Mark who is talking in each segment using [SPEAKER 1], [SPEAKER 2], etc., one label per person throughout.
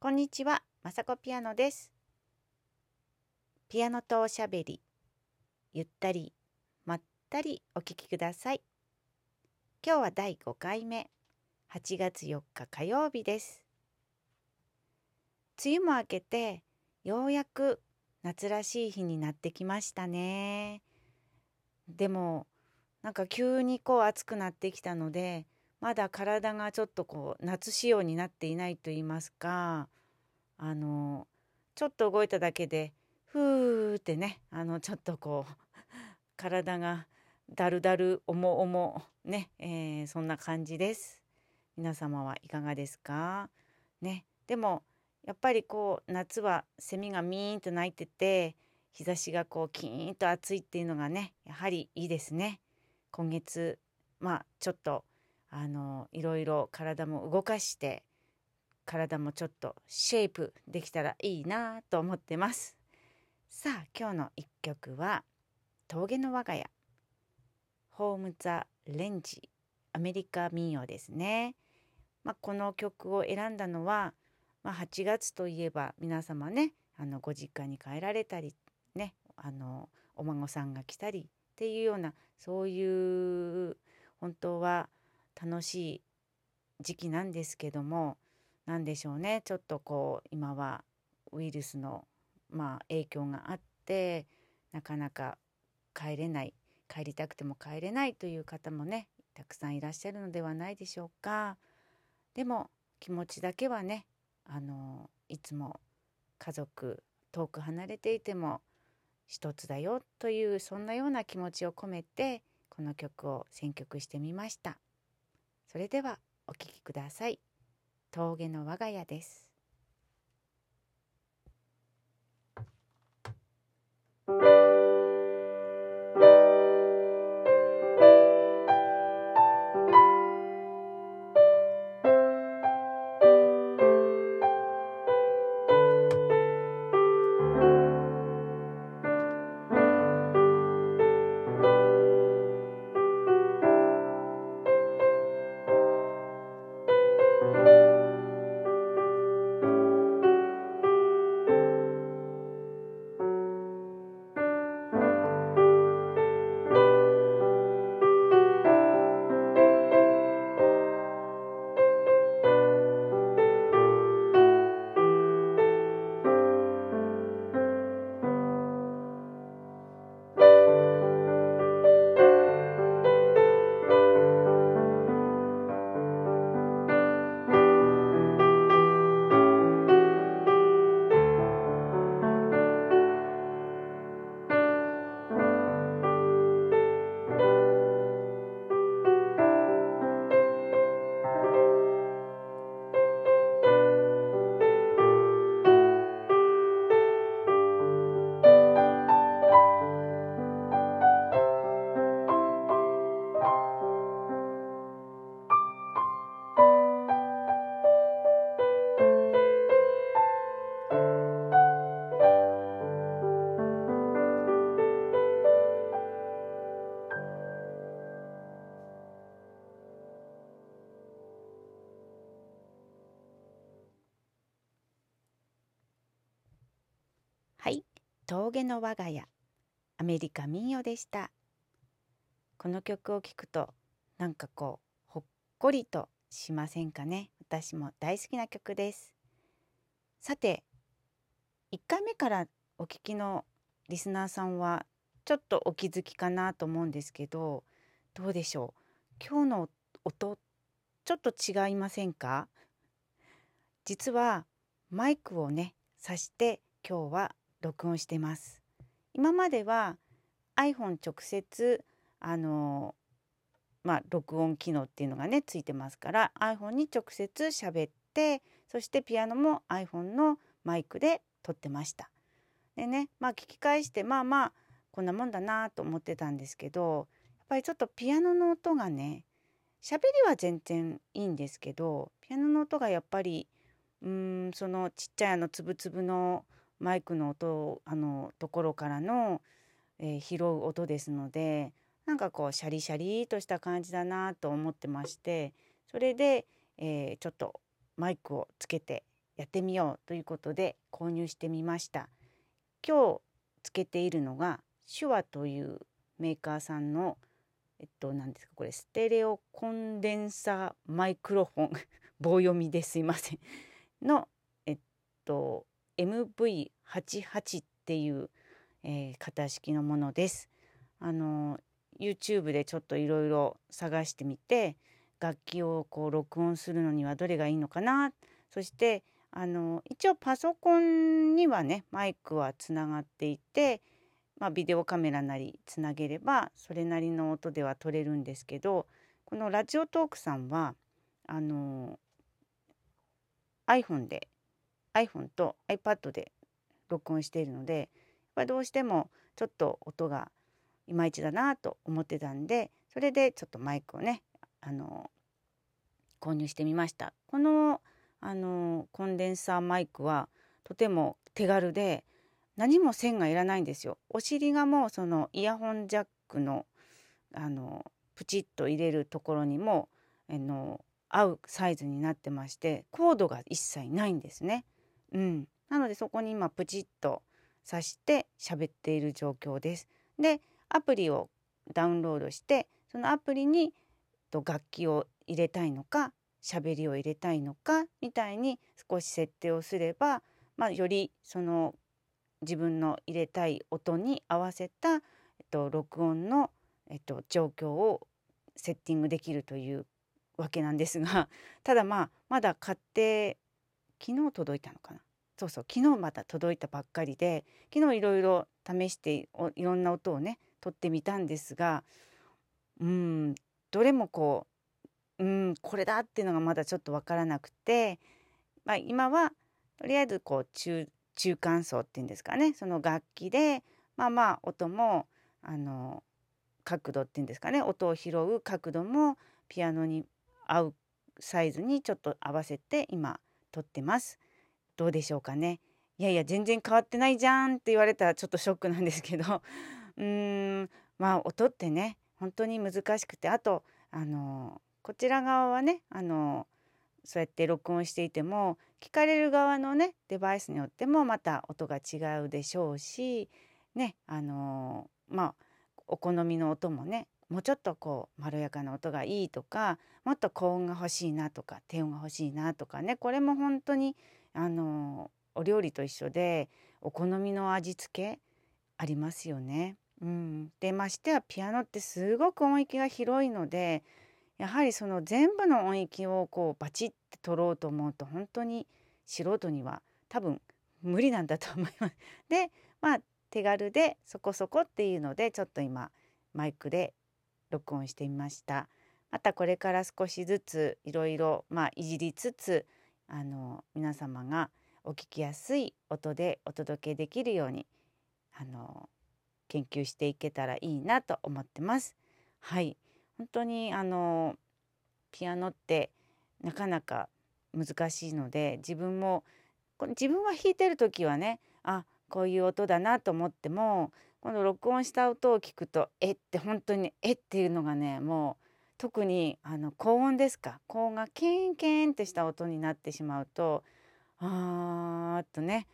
[SPEAKER 1] こんにちは、まさこピアノです。ピアノとおしゃべり、ゆったり、まったりお聴きください。今日は第5回目、8月4日火曜日です。梅雨も明けて、ようやく夏らしい日になってきましたね。でも、急に暑くなってきたので、まだ体がちょっと夏仕様になっていないと言いますか、ちょっと動いただけでふーってね、ちょっと体がだるだる重々ね、そんな感じです。皆様はいかがですかね。でもやっぱり夏はセミがミーンと鳴いてて、日差しがキーンと暑いっていうのがね、やはりいいですね。今月ちょっといろいろ体も動かして、体もちょっとシェイプできたらいいなと思ってます。さあ、今日の一曲は峠の我が家、ホームザレンジ、アメリカ民謡ですね。この曲を選んだのは、8月といえば皆様ね、ご実家に帰られたりね、お孫さんが来たりっていうような、そういう本当は楽しい時期なんですけども、なんでしょうね、ちょっと今はウイルスの影響があって、なかなか帰れない、帰りたくても帰れないという方もね、たくさんいらっしゃるのではないでしょうか。でも気持ちだけはね、いつも家族遠く離れていても一つだよという、そんなような気持ちを込めてこの曲を選曲してみました。それではお聴きください。峠の我が家です。はい、峠の我が家、アメリカ民謡でした。この曲を聴くとほっこりとしませんかね。私も大好きな曲です。さて、1回目からお聞きのリスナーさんはちょっとお気づきかなと思うんですけど、どうでしょう。今日の音ちょっと違いませんか？実はマイクをね挿して今日は録音してます。今までは iPhone 直接録音機能っていうのがねついてますから、 iPhone に直接喋って、そしてピアノも iPhone のマイクで撮ってました。でね、聞き返してこんなもんだなと思ってたんですけど、やっぱりちょっとピアノの音がね、喋りは全然いいんですけど、ピアノの音がやっぱりそのちっちゃいつぶつぶのマイクの音ところからの、拾う音ですので、シャリシャリとした感じだなと思ってまして、それで、ちょっとマイクをつけてやってみようということで購入してみました。今日つけているのが手話というメーカーさんの何ですかこれ、ステレオコンデンサーマイクロフォン棒読みですいませんのMV88 っていう、型式のものです。YouTube でちょっといろいろ探してみて、楽器をこう録音するのにはどれがいいのかな。そして一応パソコンにはねマイクはつながっていて、ビデオカメラなりつなげればそれなりの音では取れるんですけど、このラジオトークさんはiPhone と iPad で録音しているので、やっぱりどうしてもちょっと音がいまいちだなと思ってたんで、それでちょっとマイクをね購入してみました。このコンデンサーマイクはとても手軽で何も線がいらないんですよ。お尻がもうそのイヤホンジャックのプチッと入れるところにも合うサイズになってまして、コードが一切ないんですね。なのでそこに今プチッと挿して喋っている状況です。でアプリをダウンロードして、そのアプリに楽器を入れたいのか喋りを入れたいのかみたいに少し設定をすれば、よりその自分の入れたい音に合わせた、録音の、状況をセッティングできるというわけなんですが、ただまだ買って昨日届いたのかな。そう昨日また届いたばっかりで、昨日いろいろ試していろんな音をね取ってみたんですが、どれもこれだっていうのがまだちょっと分からなくて、今はとりあえずこう中間層っていうんですかね、その楽器で音も角度っていうんですかね、音を拾う角度もピアノに合うサイズにちょっと合わせて今撮ってます。どうでしょうかね。いやいや全然変わってないじゃんって言われたらちょっとショックなんですけど音ってね本当に難しくて、あとこちら側はねそうやって録音していても聞かれる側のねデバイスによってもまた音が違うでしょうしね、お好みの音もねもうちょっとこうまろやかな音がいいとか、もっと高音が欲しいなとか低音が欲しいなとかね、これも本当にお料理と一緒でお好みの味付けありますよね。でましてはピアノってすごく音域が広いので、やはりその全部の音域をこうバチッて取ろうと思うと本当に素人には多分無理なんだと思います。で手軽でそこそこっていうのでちょっと今マイクで録音してみました。またこれから少しずついろいろいじりつつ皆様がお聞きやすい音でお届けできるように研究していけたらいいなと思ってます。はい本当にピアノってなかなか難しいので、自分は弾いてる時はねこういう音だなと思っても、今度録音した音を聞くとって本当にっていうのがね、もう特に高音ですか、高音がケンケンってした音になってしまうとね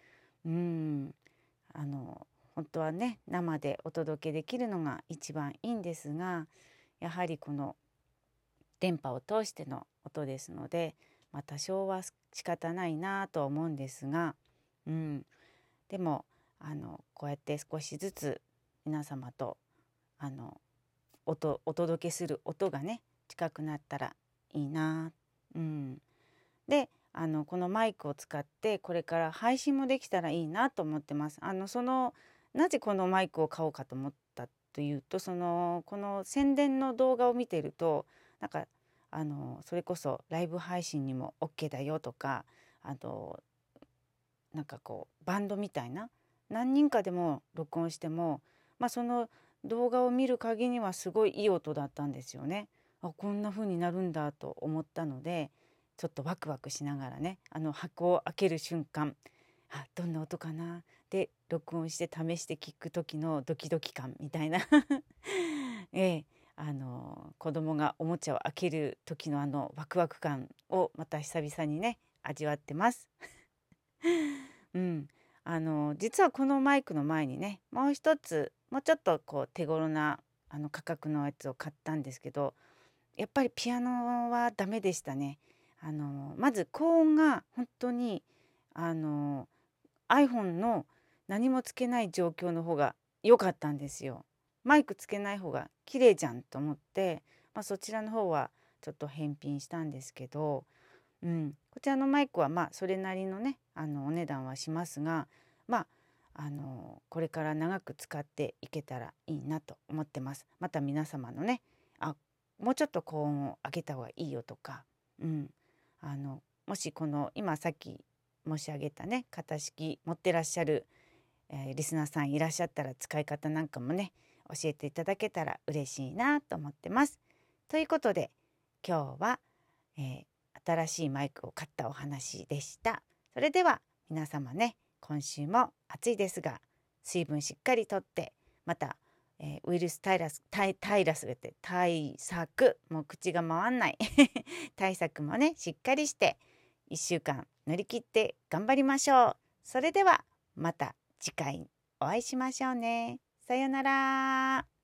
[SPEAKER 1] 本当はね生でお届けできるのが一番いいんですが、やはりこの電波を通しての音ですので、多少は仕方ないなと思うんですが、でもこうやって少しずつ皆様とお届けする音がね近くなったらいいな。でこのマイクを使ってこれから配信もできたらいいなと思ってます。なぜこのマイクを買おうかと思ったというと、この宣伝の動画を見てるとそれこそライブ配信にも OK だよとか、バンドみたいな何人かでも録音しても、その動画を見る限りはすごいいい音だったんですよね。こんな風になるんだと思ったので、ちょっとワクワクしながらね箱を開ける瞬間、どんな音かなで録音して試して聞く時のドキドキ感みたいな子供がおもちゃを開ける時のワクワク感をまた久々にね味わってますうん、実はこのマイクの前にね、もう一つもうちょっとこう手頃な価格のやつを買ったんですけど、やっぱりピアノはダメでしたね。まず高音が本当にあの iPhone の何もつけない状況の方が良かったんですよ。マイクつけない方が綺麗じゃんと思って、そちらの方はちょっと返品したんですけど、こちらのマイクはそれなりのねお値段はしますが、これから長く使っていけたらいいなと思ってます。また皆様のね、もうちょっと高音を上げた方がいいよとか、うん、もしこの今さっき申し上げたね型式持ってらっしゃる、リスナーさんいらっしゃったら使い方なんかもね教えていただけたら嬉しいなと思ってます。ということで今日は、新しいマイクを買ったお話でした。それでは皆様ね、今週も暑いですが水分しっかりとってまた、ウイルス対策もう口が回んない対策もねしっかりして1週間乗り切って頑張りましょう。それではまた次回お会いしましょうね。さよなら。